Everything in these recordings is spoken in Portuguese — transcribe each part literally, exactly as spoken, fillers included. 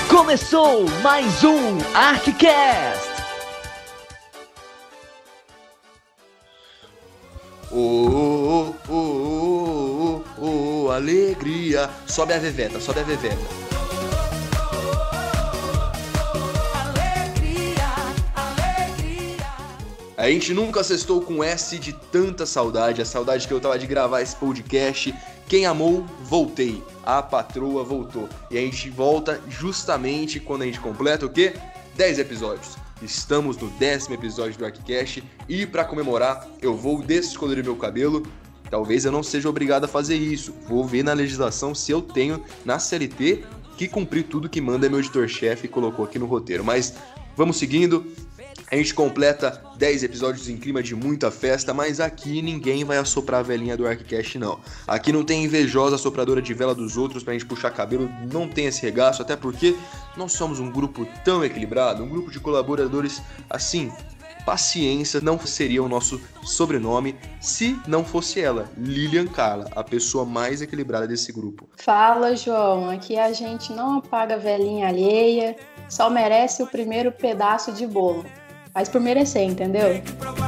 Começou mais um ArcCast! Oh, oh, oh, oh, oh, oh, alegria! Sobe a veveta, sobe a veveta. Alegria, alegria. A gente nunca cestou com S de tanta saudade, a saudade que eu tava de gravar esse podcast. Quem amou, voltei. A patroa voltou. E a gente volta justamente quando a gente completa o quê? dez episódios. Estamos no décimo episódio do ArcCast e para comemorar eu vou descolorir meu cabelo. Talvez eu não seja obrigado a fazer isso. Vou ver na legislação se eu tenho na C L T que cumprir tudo que manda meu editor-chefe colocou aqui no roteiro. Mas vamos seguindo. A gente completa dez episódios em clima de muita festa, mas aqui ninguém vai assoprar a velhinha do ArcCast, não. Aqui não tem invejosa assopradora de vela dos outros pra gente puxar cabelo, não tem esse regaço, até porque nós somos um grupo tão equilibrado, um grupo de colaboradores assim. Paciência não seria o nosso sobrenome se não fosse ela, Lilian Carla, a pessoa mais equilibrada desse grupo. Fala, João, aqui a gente não apaga a velhinha alheia, só merece o primeiro pedaço de bolo. Mas por merecer, entendeu?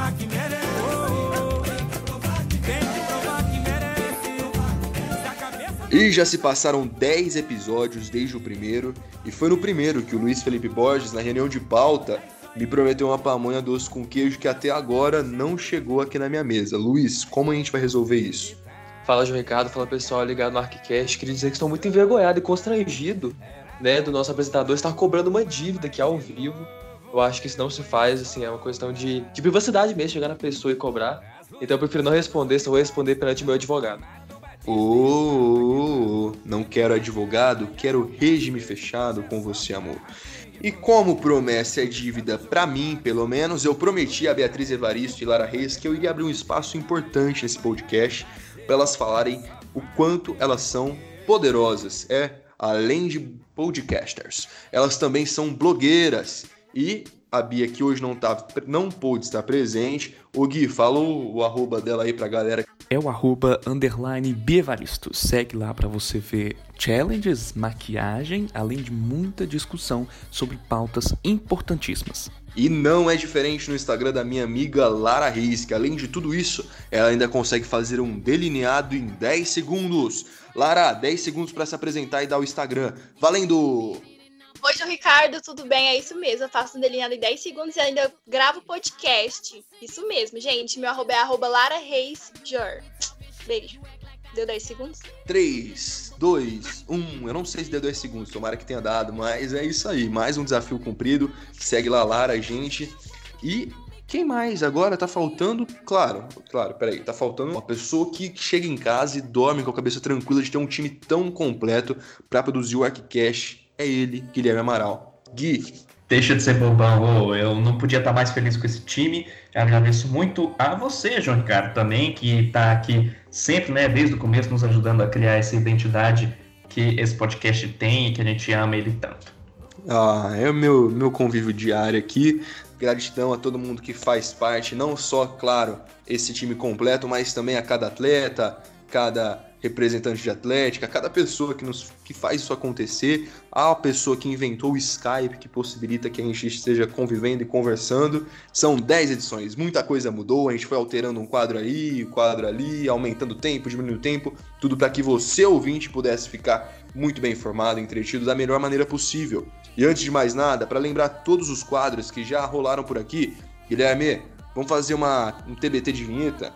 E já se passaram dez episódios desde o primeiro, e foi no primeiro que o Luiz Felipe Borges, na reunião de pauta, me prometeu uma pamonha doce com queijo que até agora não chegou aqui na minha mesa. Luiz, como a gente vai resolver isso? Fala, João Ricardo, fala pessoal ligado no ArcCast. Queria dizer que estou muito envergonhado e constrangido, né, do nosso apresentador estar cobrando uma dívida aqui ao vivo. Eu acho que isso não se faz, assim, é uma questão de, de privacidade mesmo, chegar na pessoa e cobrar. Então eu prefiro não responder, só vou responder perante meu advogado. Ô, oh, oh, oh, não quero advogado, quero regime fechado com você, amor. E como promessa é dívida pra mim, pelo menos, eu prometi a Beatriz Evaristo e Lara Reis que eu iria abrir um espaço importante nesse podcast para elas falarem o quanto elas são poderosas. É, além de podcasters, elas também são blogueiras. E a Bia, que hoje não, tá, não pôde estar presente. Ô Gui, fala o, o arroba dela aí pra galera. É o arroba underline Bievaristo. Segue lá pra você ver challenges, maquiagem, além de muita discussão sobre pautas importantíssimas. E não é diferente no Instagram da minha amiga Lara Reis, que além de tudo isso, ela ainda consegue fazer um delineado em dez segundos. Lara, dez segundos pra se apresentar e dar o Instagram. Valendo! Oi, João Ricardo, tudo bem? É isso mesmo, eu faço um delineado em dez segundos e ainda gravo podcast. Isso mesmo, gente, meu arroba é arroba Lara Reis Jor. Beijo. Deu dez segundos? três, dois, um, eu não sei se deu dez segundos, tomara que tenha dado, mas é isso aí, mais um desafio cumprido. Segue lá, Lara, gente. E quem mais? Agora tá faltando, claro, claro, peraí, tá faltando uma pessoa que chega em casa e dorme com a cabeça tranquila de ter um time tão completo pra produzir o ArcCast. É ele, Guilherme Amaral. Gui. Deixa de ser bobão, eu não podia estar mais feliz com esse time. Eu agradeço muito a você, João Ricardo, também, que está aqui sempre, né, desde o começo, nos ajudando a criar essa identidade que esse podcast tem e que a gente ama ele tanto. Ah, é o meu, meu convívio diário aqui. Gratidão a todo mundo que faz parte, não só, claro, esse time completo, mas também a cada atleta, cada representante de atlética, cada pessoa que, nos, que faz isso acontecer, a pessoa que inventou o Skype, que possibilita que a gente esteja convivendo e conversando. São dez edições, muita coisa mudou, a gente foi alterando um quadro aí, um quadro ali, aumentando o tempo, diminuindo o tempo, tudo para que você, ouvinte, pudesse ficar muito bem informado, entretido da melhor maneira possível. E antes de mais nada, para lembrar todos os quadros que já rolaram por aqui, Guilherme, vamos fazer uma, um T B T de vinheta?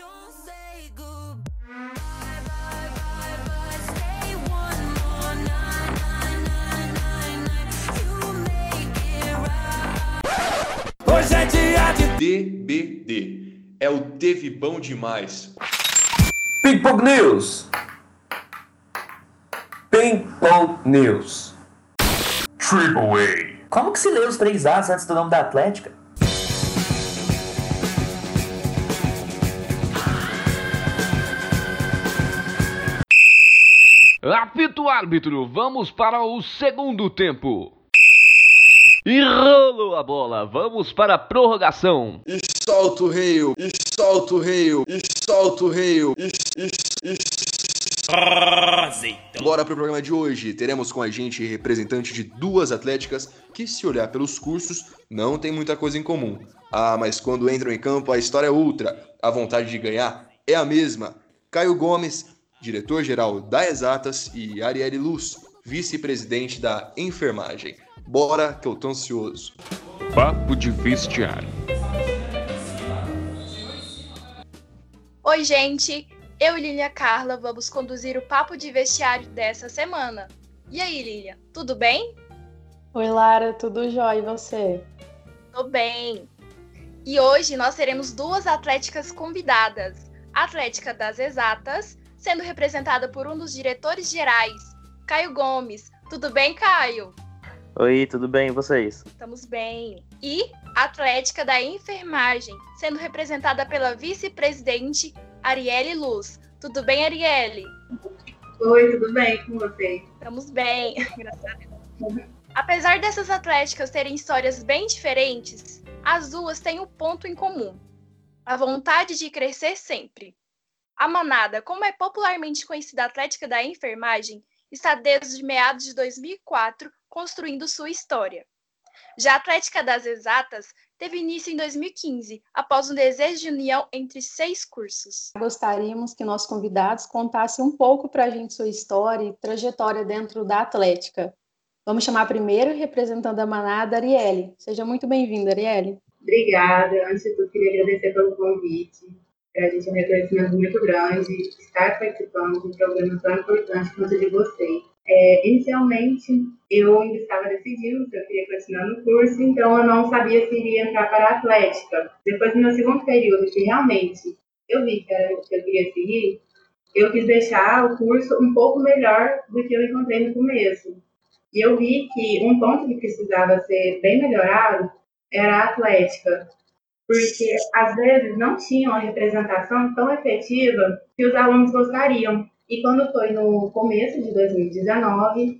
Hoje é dia de D B D. É o Teve Bom Demais. Ping Pong News. Ping Pong News. Triple A. Como que se lê os três As antes do nome da Atlética? Apita o árbitro, vamos para o segundo tempo. E rolou a bola, vamos para a prorrogação. E solta o Rio, e solta o Rio, e solta o Rio, e, e, e Bora pro programa de hoje. Teremos com a gente representante de duas atléticas que, se olhar pelos cursos, não tem muita coisa em comum. Ah, mas quando entram em campo a história é outra. A vontade de ganhar é a mesma. Caio Gomes, diretor-geral da Exatas, e Arielle Luz, vice-presidente da Enfermagem. Bora que eu tô ansioso. Papo de vestiário. Oi, gente! Eu e Lilia Carla vamos conduzir o papo de vestiário dessa semana. E aí, Lilia, tudo bem? Oi, Lara, tudo jóia, e você? Tô bem. E hoje nós teremos duas atléticas convidadas. A Atlética das Exatas, sendo representada por um dos diretores gerais, Caio Gomes. Tudo bem, Caio? Oi, tudo bem, e vocês? Estamos bem. E a Atlética da Enfermagem, sendo representada pela vice-presidente Arielle Luz. Tudo bem, Arielle? Oi, tudo bem com vocês? Estamos bem, graças a Deus. Apesar dessas atléticas terem histórias bem diferentes, as duas têm um ponto em comum: a vontade de crescer sempre. A Manada, como é popularmente conhecida a Atlética da Enfermagem, está desde meados de dois mil e quatro construindo sua história. Já a Atlética das Exatas teve início em dois mil e quinze, após um desejo de união entre seis cursos. Gostaríamos que nossos convidados contassem um pouco para a gente sua história e trajetória dentro da Atlética. Vamos chamar primeiro, representando a Manada, Arielle. Seja muito bem-vinda, Arielle. Obrigada. Antes de tudo, queria agradecer pelo convite. Para a gente é um reconhecimento muito grande estar participando de um programa tão importante quanto o de vocês. É, inicialmente, eu ainda estava decidindo se eu queria continuar no curso, então eu não sabia se iria entrar para a Atlética. Depois, no meu segundo período, que realmente eu vi que era o que eu queria seguir, eu quis deixar o curso um pouco melhor do que eu encontrei no começo. E eu vi que um ponto que precisava ser bem melhorado era a Atlética, porque às vezes não tinha uma representação tão efetiva que os alunos gostariam. E quando foi no começo de dois mil e dezenove,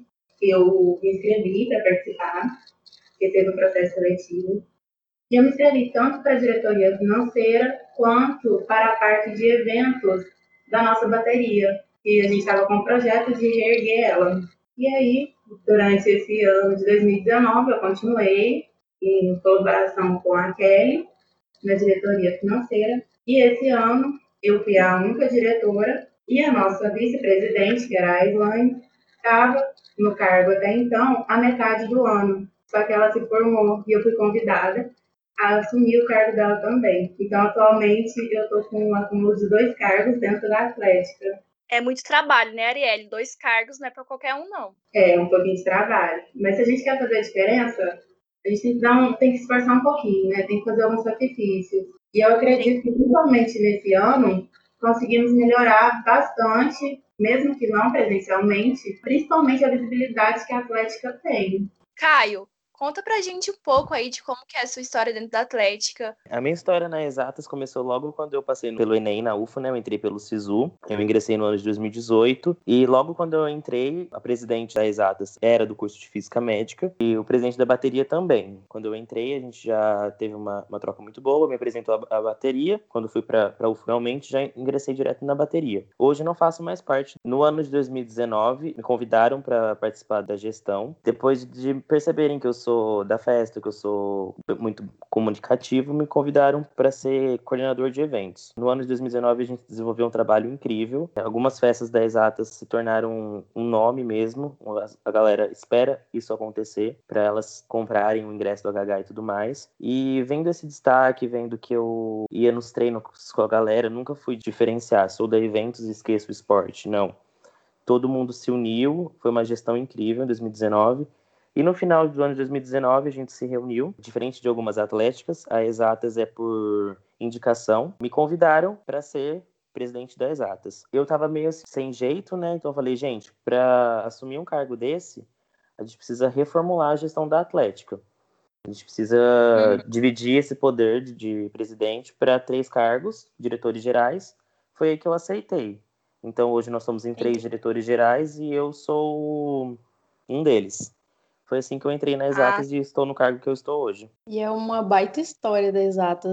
eu me inscrevi para participar, porque teve um processo seletivo. E eu me inscrevi tanto para a diretoria financeira quanto para a parte de eventos da nossa bateria, que a gente estava com o projeto de reerguer ela. E aí, durante esse ano de dois mil e dezenove, eu continuei em colaboração com a Kelly, na diretoria financeira. E esse ano, eu fui a única diretora e a nossa vice-presidente, que era a Islane, estava no cargo até então a metade do ano. Só que ela se formou e eu fui convidada a assumir o cargo dela também. Então, atualmente, eu estou com um acúmulo de dois cargos dentro da Atlética. É muito trabalho, né, Arielle? Dois cargos não é para qualquer um, não. É, um pouquinho de trabalho. Mas se a gente quer fazer a diferença, a gente tem que, dar um, tem que se esforçar um pouquinho, né? Tem que fazer alguns sacrifícios. E eu acredito que, principalmente nesse ano, conseguimos melhorar bastante, mesmo que não presencialmente, principalmente a visibilidade que a Atlética tem. Caio, conta pra gente um pouco aí de como que é a sua história dentro da Atlética. A minha história na Exatas começou logo quando eu passei pelo Enem na U F A, né? Eu entrei pelo SISU, eu ingressei no ano de dois mil e dezoito, e logo quando eu entrei, a presidente da Exatas era do curso de Física Médica, e o presidente da bateria também. Quando eu entrei, a gente já teve uma, uma troca muito boa, me apresentou a, a bateria, quando fui pra, pra U F A, realmente já ingressei direto na bateria. Hoje eu não faço mais parte. No ano de dois mil e dezenove, me convidaram para participar da gestão, depois de perceberem que eu sou da festa, que eu sou muito comunicativo, me convidaram para ser coordenador de eventos. No ano de dois mil e dezenove, a gente desenvolveu um trabalho incrível. Algumas festas da Exatas se tornaram um nome mesmo. A galera espera isso acontecer para elas comprarem o ingresso do H H e tudo mais. E vendo esse destaque, vendo que eu ia nos treinos com a galera, nunca fui diferenciar. Sou da eventos e esqueço o esporte. Não. Todo mundo se uniu. Foi uma gestão incrível em dois mil e dezenove. E no final do ano de dois mil e dezenove, a gente se reuniu, diferente de algumas atléticas, a Exatas é por indicação. Me convidaram para ser presidente da Exatas. Eu tava meio sem jeito, né? Então eu falei, gente, para assumir um cargo desse, a gente precisa reformular a gestão da Atlética. A gente precisa hum. dividir esse poder de, de presidente para três cargos, diretores gerais. Foi aí que eu aceitei. Então hoje nós somos em três diretores gerais e eu sou um deles. Foi assim que eu entrei na Exatas ah. e estou no cargo que eu estou hoje. E é uma baita história da Exatas, né?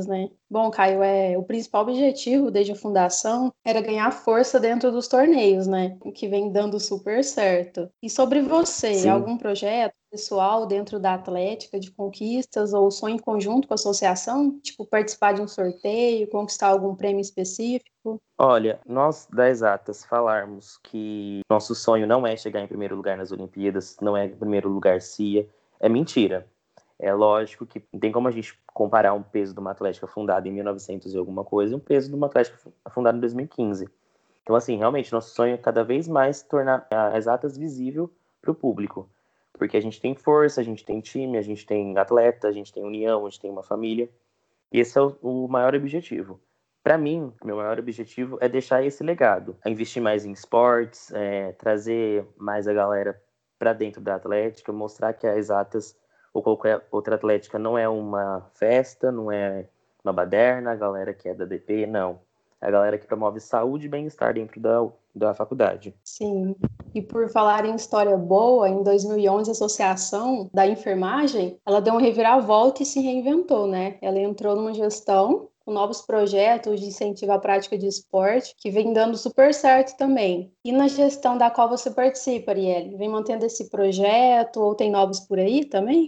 Bom, Caio, é, o principal objetivo desde a fundação era ganhar força dentro dos torneios, né? O que vem dando super certo. E sobre você, Sim. algum projeto pessoal dentro da Atlética de conquistas ou sonho em conjunto com a associação? Tipo, participar de um sorteio, conquistar algum prêmio específico? Olha, nós da Exatas falarmos que nosso sonho não é chegar em primeiro lugar nas Olimpíadas, não é em primeiro lugar C I A, é mentira. É lógico que não tem como a gente comparar um peso de uma Atlética fundada em mil e novecentos e alguma coisa e um peso de uma Atlética fundada em dois mil e quinze. Então, assim, realmente, nosso sonho é cada vez mais tornar a Exatas visível para o público. Porque a gente tem força, a gente tem time, a gente tem atleta, a gente tem união, a gente tem uma família. E esse é o, o maior objetivo. Para mim, meu maior objetivo é deixar esse legado. É investir mais em esportes, é, trazer mais a galera para dentro da Atlética, mostrar que a Exatas ou qualquer outra atlética não é uma festa, não é uma baderna, a galera que é da D P, não. É a galera que promove saúde e bem-estar dentro da, da faculdade. Sim. E por falar em história boa, em dois mil e onze a Associação da Enfermagem, ela deu uma reviravolta e se reinventou, né? Ela entrou numa gestão com novos projetos de incentivo à prática de esporte, que vem dando super certo também. E na gestão da qual você participa, Arielle, vem mantendo esse projeto ou tem novos por aí também?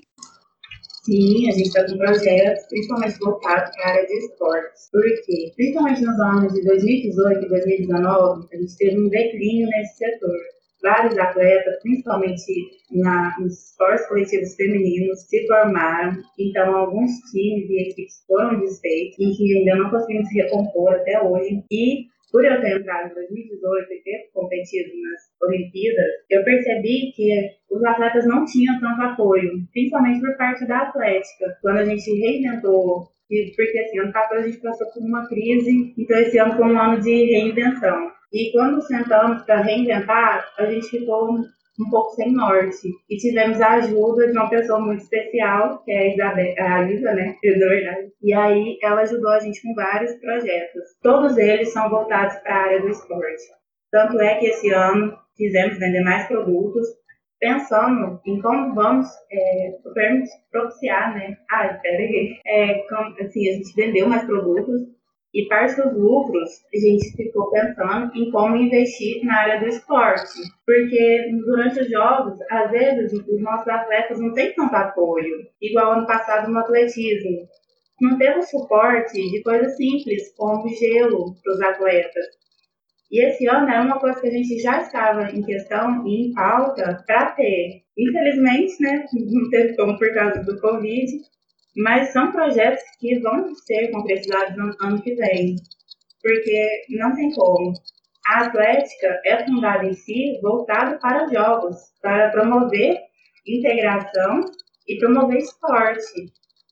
Sim, a gente está com projetos, principalmente voltados para a área de esportes. Por quê? Principalmente nos anos de dois mil e dezoito e dois mil e dezenove, a gente teve um declínio nesse setor. Vários atletas, principalmente na, nos esportes coletivos femininos, se formaram. Então, alguns times e equipes foram desfeitos e que ainda não conseguimos se recompor até hoje. E, por eu ter entrado em dois mil e dezoito e ter competido nas Olimpíadas, eu percebi que os atletas não tinham tanto apoio, principalmente por parte da Atlética. Quando a gente reinventou, porque assim, ano passado a gente passou por uma crise, então esse ano foi um ano de reinvenção. E quando sentamos para reinventar, a gente ficou um, um pouco sem norte. E tivemos a ajuda de uma pessoa muito especial, que é a, Isabel, a Isa, né? Na verdade. E aí ela ajudou a gente com vários projetos. Todos eles são voltados para a área do esporte. Tanto é que esse ano fizemos vender mais produtos, pensando em como vamos é, propiciar, né? Ah, peraí. É, como, assim, a gente vendeu mais produtos e parte dos lucros a gente ficou pensando em como investir na área do esporte. Porque durante os jogos, às vezes, os nossos atletas não têm tanto apoio. Igual ano passado no atletismo. Não teve suporte de coisas simples, como gelo para os atletas. E esse ano era uma coisa que a gente já estava em questão e em pauta para ter. Infelizmente, né, não teve como por causa do Covid, mas são projetos que vão ser concretizados no ano que vem, porque não tem como. A Atlética é fundada em si voltada para jogos, para promover integração e promover esporte.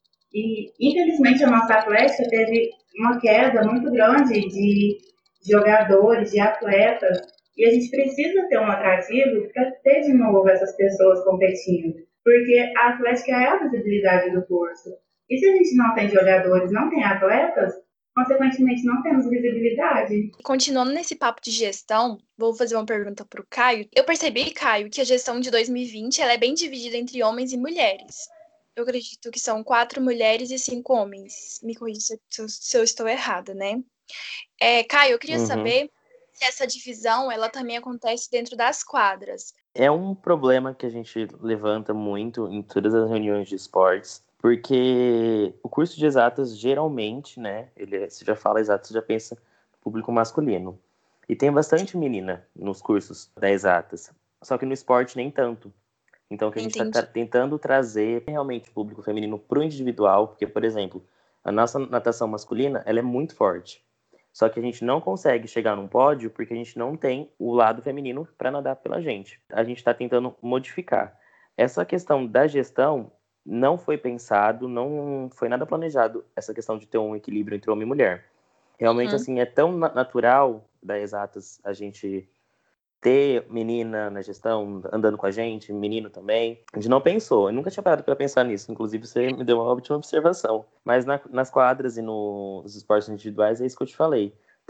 E, infelizmente, a nossa Atlética teve uma queda muito grande de jogadores, de atletas, e a gente precisa ter um atrativo para ter de novo essas pessoas competindo, porque a Atlética é a visibilidade do curso. E se a gente não tem jogadores, não tem atletas, consequentemente não temos visibilidade. Continuando nesse papo de gestão, vou fazer uma pergunta para o Caio. Eu percebi, Caio, que a gestão de dois mil e vinte ela é bem dividida entre homens e mulheres. Eu acredito que são quatro mulheres e cinco homens. Me corrija se eu, se eu estou errada, né? É, Caio, eu queria uhum. saber se essa divisão ela também acontece dentro das quadras. É um problema que a gente levanta muito em todas as reuniões de esportes, porque o curso de exatas, geralmente, né, ele, você já fala exatas, você já pensa no público masculino. E tem bastante menina nos cursos da exatas, só que no esporte nem tanto. Então, o que a gente está tentando trazer realmente o público feminino para o individual, porque, por exemplo, a nossa natação masculina, ela é muito forte. Só que a gente não consegue chegar num pódio porque a gente não tem o lado feminino para nadar pela gente. A gente está tentando modificar. Essa questão da gestão não foi pensado, não foi nada planejado, essa questão de ter um equilíbrio entre homem e mulher. Realmente, uhum. assim, é tão natural da exatas a gente ter menina na gestão, andando com a gente, menino também. A gente não pensou, eu nunca tinha parado para pensar nisso. Inclusive, você me deu uma ótima observação. Mas na, nas quadras e no, nos esportes individuais, é isso que eu te falei.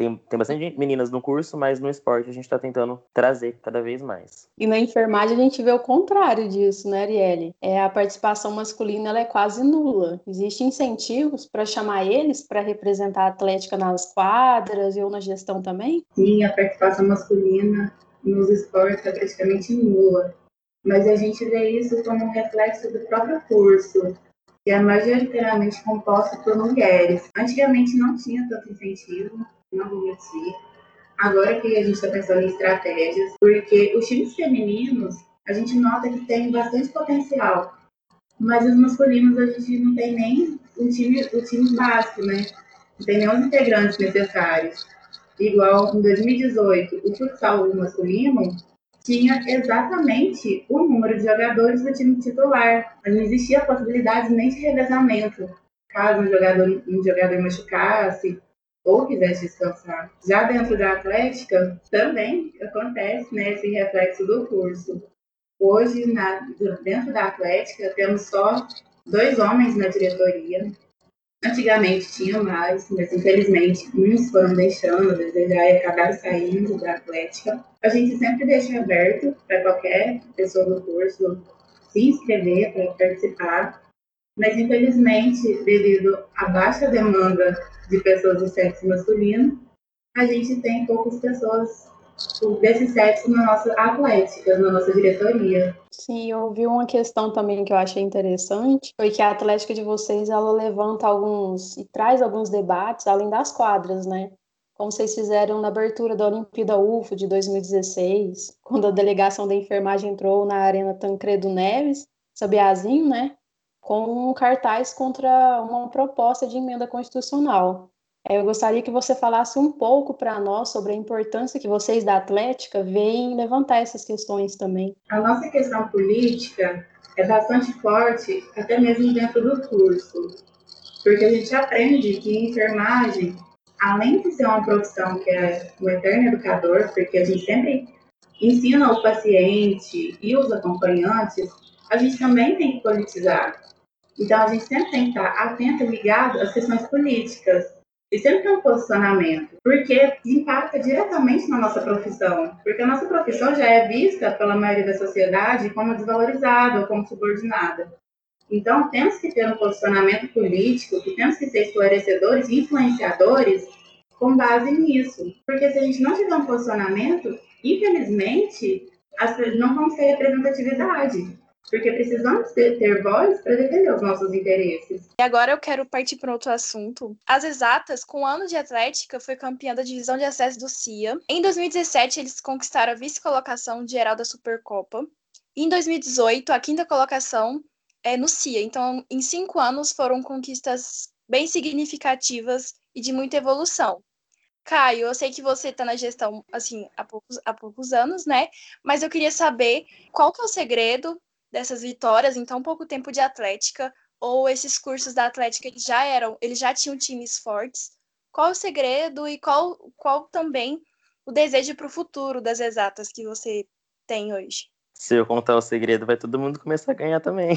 tem, tem bastante meninas no curso, mas no esporte a gente está tentando trazer cada vez mais. E na enfermagem a gente vê o contrário disso, né, Arielle? É, a participação masculina ela é quase nula. Existem incentivos para chamar eles para representar a atlética nas quadras ou na gestão também? Sim, a participação masculina nos esportes é praticamente nula. Mas a gente vê isso como um reflexo do próprio curso, que é majoritariamente composto por mulheres. Antigamente não tinha tanto incentivo, não vou mentir. Agora que a gente está pensando em estratégias, porque os times femininos, a gente nota que tem bastante potencial, mas os masculinos a gente não tem nem o time, o time básico, né? Não tem nem os integrantes necessários. Igual em dois mil e dezoito, o futsal masculino tinha exatamente o número de jogadores do time titular. Não existia a possibilidade nem de revezamento, caso um jogador, um jogador machucasse ou quisesse descansar. Já dentro da Atlética, também acontece, né, esse reflexo do curso. Hoje, na, dentro da Atlética, temos só dois homens na diretoria. Antigamente tinha mais, mas infelizmente uns foram deixando a desejar e acabaram saindo da Atlética. A gente sempre deixa aberto para qualquer pessoa do curso se inscrever para participar, mas infelizmente, devido à baixa demanda de pessoas do sexo masculino, a gente tem poucas pessoas desse sexo na nossa Atlética, na nossa diretoria. Sim, eu ouvi uma questão também que eu achei interessante, foi que a Atlética de vocês, ela levanta alguns, e traz alguns debates além das quadras, né? Como vocês fizeram na abertura da Olimpíada U F O de dois mil e dezesseis, quando a delegação da enfermagem entrou na Arena Tancredo Neves, Sabiazinho, né? Com um cartaz contra uma proposta de emenda constitucional. Eu gostaria que você falasse um pouco para nós sobre a importância que vocês da Atlética veem em levantar essas questões também. A nossa questão política é bastante forte, até mesmo dentro do curso, porque a gente aprende que enfermagem, além de ser uma profissão que é um eterno educador, porque a gente sempre ensina o paciente e os acompanhantes, a gente também tem que politizar. Então, a gente sempre tem que estar atento e ligado às questões políticas. E sempre tem um posicionamento, porque impacta diretamente na nossa profissão. Porque a nossa profissão já é vista pela maioria da sociedade como desvalorizada ou como subordinada. Então, temos que ter um posicionamento político, que temos que ser esclarecedores e influenciadores com base nisso. Porque se a gente não tiver um posicionamento, infelizmente, as, não vamos ter representatividade. Porque precisamos ter, ter voz para defender os nossos interesses. E agora eu quero partir para outro assunto. As Exatas, com o ano de Atlética, foi campeã da divisão de acesso do C I A. Em dois mil e dezessete, eles conquistaram a vice-colocação geral da Supercopa. E em dois mil e dezoito, a quinta colocação é no C I A. Então, em cinco anos, foram conquistas bem significativas e de muita evolução. Caio, eu sei que você está na gestão assim, há poucos, há poucos anos, né? Mas eu queria saber qual que é o segredo dessas vitórias em tão pouco tempo de Atlética, ou esses cursos da Atlética eles já eram, eles já tinham times fortes. Qual é o segredo e qual, qual também o desejo para o futuro das Exatas que você tem hoje? Se eu contar o segredo, vai todo mundo começar a ganhar também.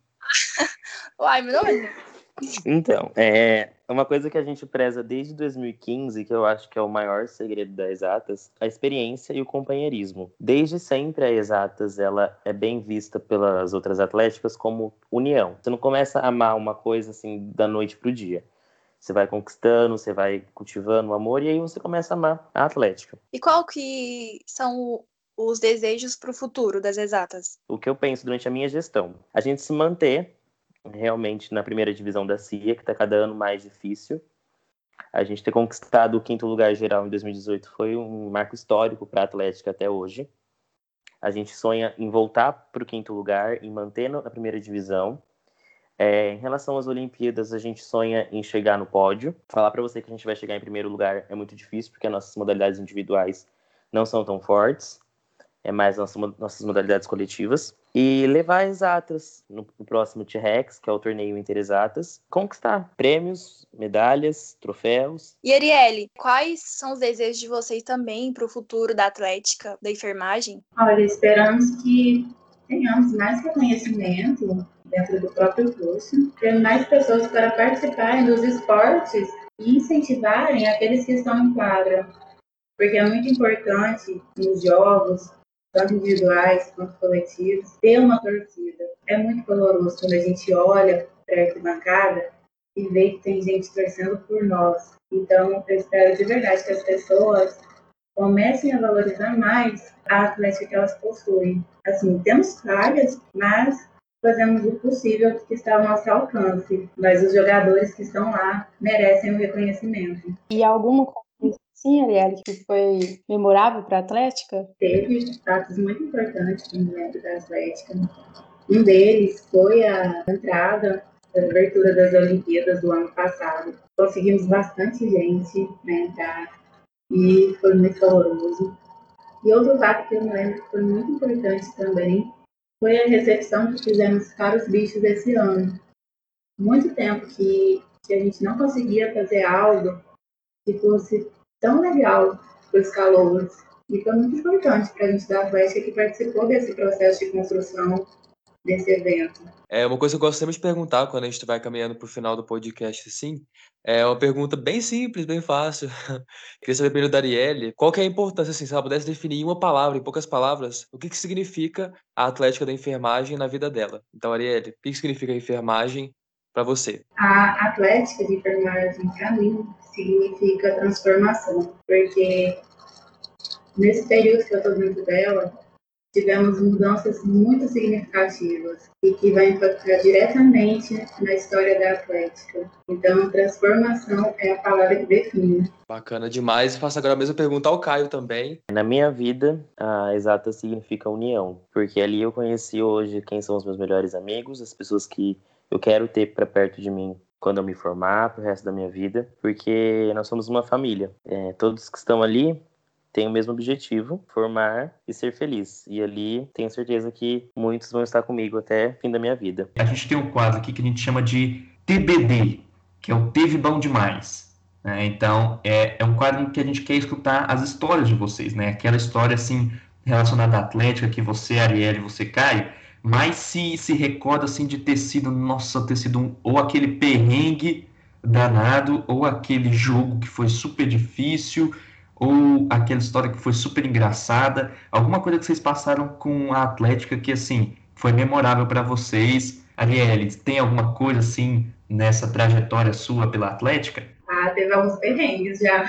Uai, meu nome. Então, é uma coisa que a gente preza desde dois mil e quinze, que eu acho que é o maior segredo da Exatas, a experiência e o companheirismo. Desde sempre a Exatas ela é bem vista pelas outras atléticas como união. Você não começa a amar uma coisa assim da noite pro dia. Você vai conquistando, você vai cultivando o amor e aí você começa a amar a Atlética. E qual que são os desejos para o futuro das Exatas? O que eu penso durante a minha gestão? A gente se manter realmente na primeira divisão da C I A, que está cada ano mais difícil. A gente ter conquistado o quinto lugar geral em dois mil e dezoito foi um marco histórico para a Atlética até hoje. A gente sonha em voltar para o quinto lugar, em manter na primeira divisão. É, em relação às Olimpíadas, a gente sonha em chegar no pódio. Falar para você que a gente vai chegar em primeiro lugar é muito difícil, porque as nossas modalidades individuais não são tão fortes. É mais nossas, nossas modalidades coletivas. E levar Exatas no, no próximo T-Rex, que é o torneio Interexatas, conquistar prêmios, medalhas, troféus. E Arielle, quais são os desejos de vocês também para o futuro da Atlética, da enfermagem? Olha, esperamos que tenhamos mais reconhecimento dentro do próprio curso, ter mais pessoas para participarem dos esportes e incentivarem aqueles que estão em quadra, porque é muito importante nos jogos, tanto individuais quanto coletivos, ter uma torcida. É muito doloroso quando a gente olha para a arquibancada e vê que tem gente torcendo por nós. Então, eu espero de verdade que as pessoas comecem a valorizar mais a atlética que elas possuem. Assim, temos falhas, mas fazemos o possível que está ao nosso alcance. Mas os jogadores que estão lá merecem o reconhecimento. E alguma coisa assim, Arielle, que foi memorável para a Atlética? Teve fatos muito importantes dentro da Atlética. Um deles foi a entrada, a abertura das Olimpíadas do ano passado. Conseguimos bastante gente né, entrar e foi muito doloroso. E outro fato que eu me lembro que foi muito importante também foi a recepção que fizemos para os bichos esse ano. Muito tempo que, que a gente não conseguia fazer algo que fosse tão legal para os calouros. E foi muito importante para a gente da Atlética que participou desse processo de construção desse evento. É uma coisa que eu gosto sempre de perguntar quando a gente vai caminhando para o final do podcast, assim, é uma pergunta bem simples, bem fácil. Queria saber primeiro da Arielle, qual que é a importância, assim, se ela pudesse definir em uma palavra, em poucas palavras, o que que significa a Atlética da Enfermagem na vida dela. Então, Arielle, o que que significa a enfermagem para você? A Atlética de Enfermagem, para mim, significa transformação, porque nesse período que eu estou dentro dela, tivemos mudanças muito significativas e que vai impactar diretamente na história da Atlética. Então, transformação é a palavra que define. Bacana demais. Faço agora a mesma pergunta ao Caio também. Na minha vida, a exata significa união, porque ali eu conheci hoje quem são os meus melhores amigos, as pessoas que eu quero ter para perto de mim quando eu me formar, pro resto da minha vida, porque nós somos uma família. É, todos que estão ali tem o mesmo objetivo, formar e ser feliz. E ali tenho certeza que muitos vão estar comigo até o fim da minha vida. A gente tem um quadro aqui que a gente chama de T B D, que é o Teve Bom Demais. Né? Então, é, é um quadro em que a gente quer escutar as histórias de vocês, né? Aquela história, assim, relacionada à Atlética, que você, Arielle, você, Caio, mas se, se recorda, assim, de ter sido, nossa, ter sido um, ou aquele perrengue danado, ou aquele jogo que foi super difícil, ou aquela história que foi super engraçada, alguma coisa que vocês passaram com a Atlética que, assim, foi memorável para vocês. Arielle, tem alguma coisa, assim, nessa trajetória sua pela Atlética? Ah, teve alguns perrengues já,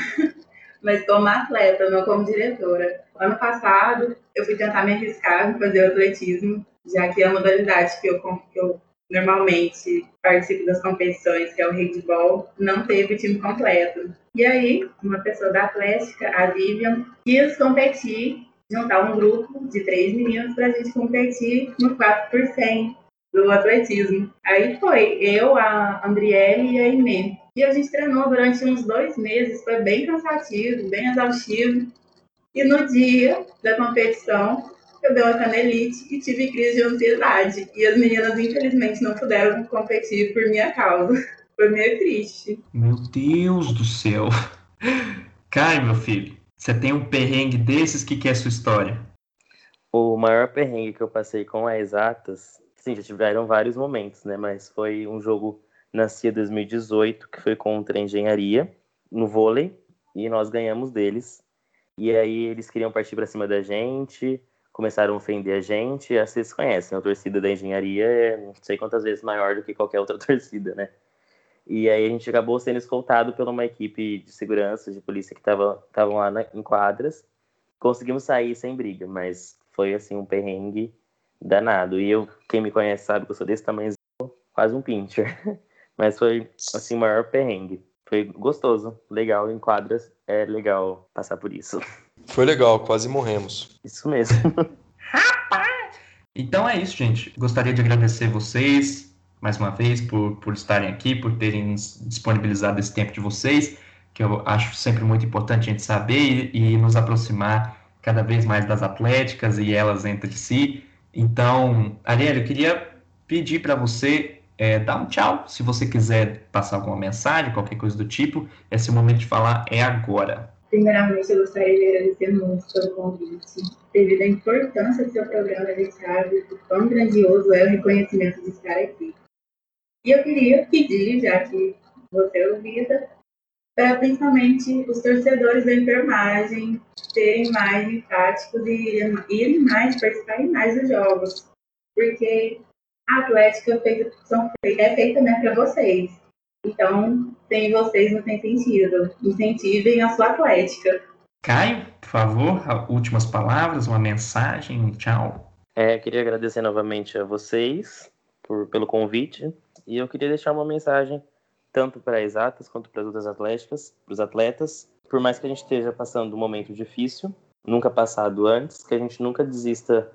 mas como atleta, não como diretora. Ano passado, eu fui tentar me arriscar em fazer o atletismo, já que é a modalidade que eu, que eu normalmente participo das competições, que é o handball, não teve o time completo. E aí, uma pessoa da Atlética, a Vivian, quis competir, juntar um grupo de três meninos para a gente competir no quatro por cem do atletismo. Aí foi eu, a Andriele e a Inê. E a gente treinou durante uns dois meses, foi bem cansativo, bem exaustivo. E no dia da competição, eu dei uma canelite e tive crise de ansiedade. E as meninas, infelizmente, não puderam competir por minha causa. Foi meio triste. Meu Deus do céu. Caio, meu filho, você tem um perrengue desses? Que que é a sua história? O maior perrengue que eu passei com a Exatas, sim, já tiveram vários momentos, né? Mas foi um jogo na C I A dois mil e dezoito, que foi contra a Engenharia, no vôlei, e nós ganhamos deles. E aí eles queriam partir para cima da gente, começaram a ofender a gente. Vocês conhecem, a torcida da Engenharia é não sei quantas vezes maior do que qualquer outra torcida, né? E aí a gente acabou sendo escoltado por uma equipe de segurança, de polícia que estavam lá na, em quadras. Conseguimos sair sem briga, mas foi assim um perrengue danado. E eu, quem me conhece sabe que eu sou desse tamanho, quase um pincher. Mas foi assim o maior perrengue. Foi gostoso, legal, em quadras é legal passar por isso. Foi legal, quase morremos. Isso mesmo. Então é isso, gente. Gostaria de agradecer vocês mais uma vez por, por estarem aqui, por terem disponibilizado esse tempo de vocês, que eu acho sempre muito importante a gente saber e, e nos aproximar cada vez mais das atléticas e elas entre si. Então, Arielle, eu queria pedir para você é, dar um tchau, se você quiser passar alguma mensagem, qualquer coisa do tipo. Esse momento de falar é agora. Primeiramente, eu gostaria de agradecer muito pelo convite. Devido à importância do seu programa, a gente sabe o quão grandioso é o reconhecimento de estar aqui. E eu queria pedir, já que você é ouvida, para principalmente os torcedores da enfermagem terem mais empáticos e irem mais, participarem mais dos jogos. Porque a atlética é feita, são, é feita né, para vocês. Então, sem vocês não tem sentido. Incentivem a sua atlética. Caio, por favor, últimas palavras, uma mensagem, um tchau. É, queria agradecer novamente a vocês por, pelo convite. E eu queria deixar uma mensagem tanto para as exatas quanto para as outras atléticas, para os atletas. Por mais que a gente esteja passando um momento difícil, nunca passado antes, que a gente nunca desista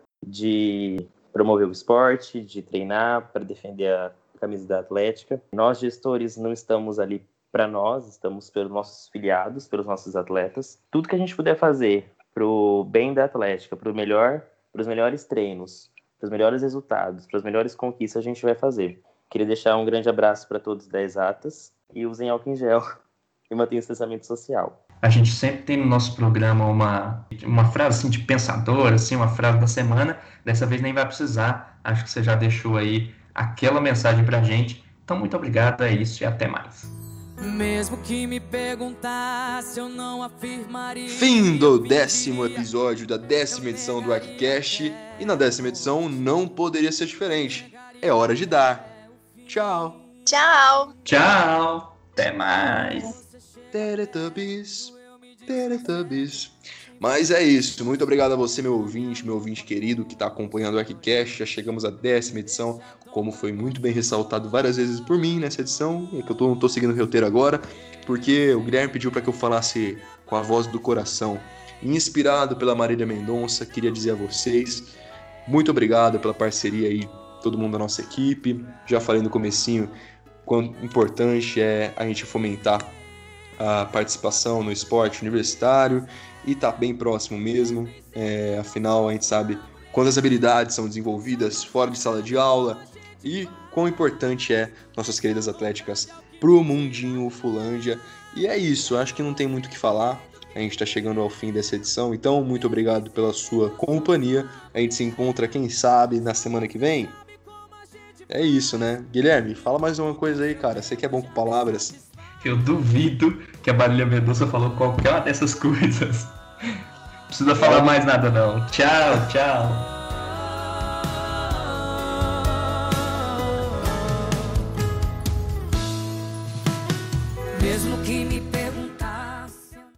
de promover o esporte, de treinar para defender a camisa da Atlética. Nós, gestores, não estamos ali para nós, estamos pelos nossos filiados, pelos nossos atletas. Tudo que a gente puder fazer para o bem da Atlética, para o melhor, para os melhores treinos, para os melhores resultados, para as melhores conquistas, a gente vai fazer. Queria deixar um grande abraço para todos da Exatas e usem álcool em gel e mantenham o distanciamento social. A gente sempre tem no nosso programa uma, uma frase assim, de pensador, assim, uma frase da semana. Dessa vez nem vai precisar. Acho que você já deixou aí aquela mensagem pra gente. Então, muito obrigado, é isso e até mais. Mesmo que me perguntasse, eu não afirmaria. Fim do décimo episódio da décima edição do ArcCast. E na décima edição não poderia ser diferente. É hora de dar. Tchau. Tchau. Tchau. Até mais. Teletubbies, Teletubbies. Mas é isso, muito obrigado a você, meu ouvinte, meu ouvinte querido que está acompanhando o ArcCast. Já chegamos à décima edição, como foi muito bem ressaltado várias vezes por mim nessa edição, é que eu tô, não estou seguindo o roteiro agora, porque o Guilherme pediu para que eu falasse com a voz do coração. Inspirado pela Marília Mendonça, queria dizer a vocês, muito obrigado pela parceria aí, todo mundo da nossa equipe. Já falei no comecinho quão importante é a gente fomentar a participação no esporte universitário e tá bem próximo mesmo, é, afinal a gente sabe quantas habilidades são desenvolvidas fora de sala de aula e quão importante é nossas queridas atléticas pro mundinho Ufulândia. E é isso, acho que não tem muito o que falar, a gente tá chegando ao fim dessa edição, então muito obrigado pela sua companhia, a gente se encontra, quem sabe, na semana que vem. É isso, né? Guilherme, fala mais uma coisa aí, cara, você que é bom com palavras. Eu duvido que a Marília Mendonça falou qualquer uma dessas coisas. Não precisa falar mais nada, não. Tchau, tchau.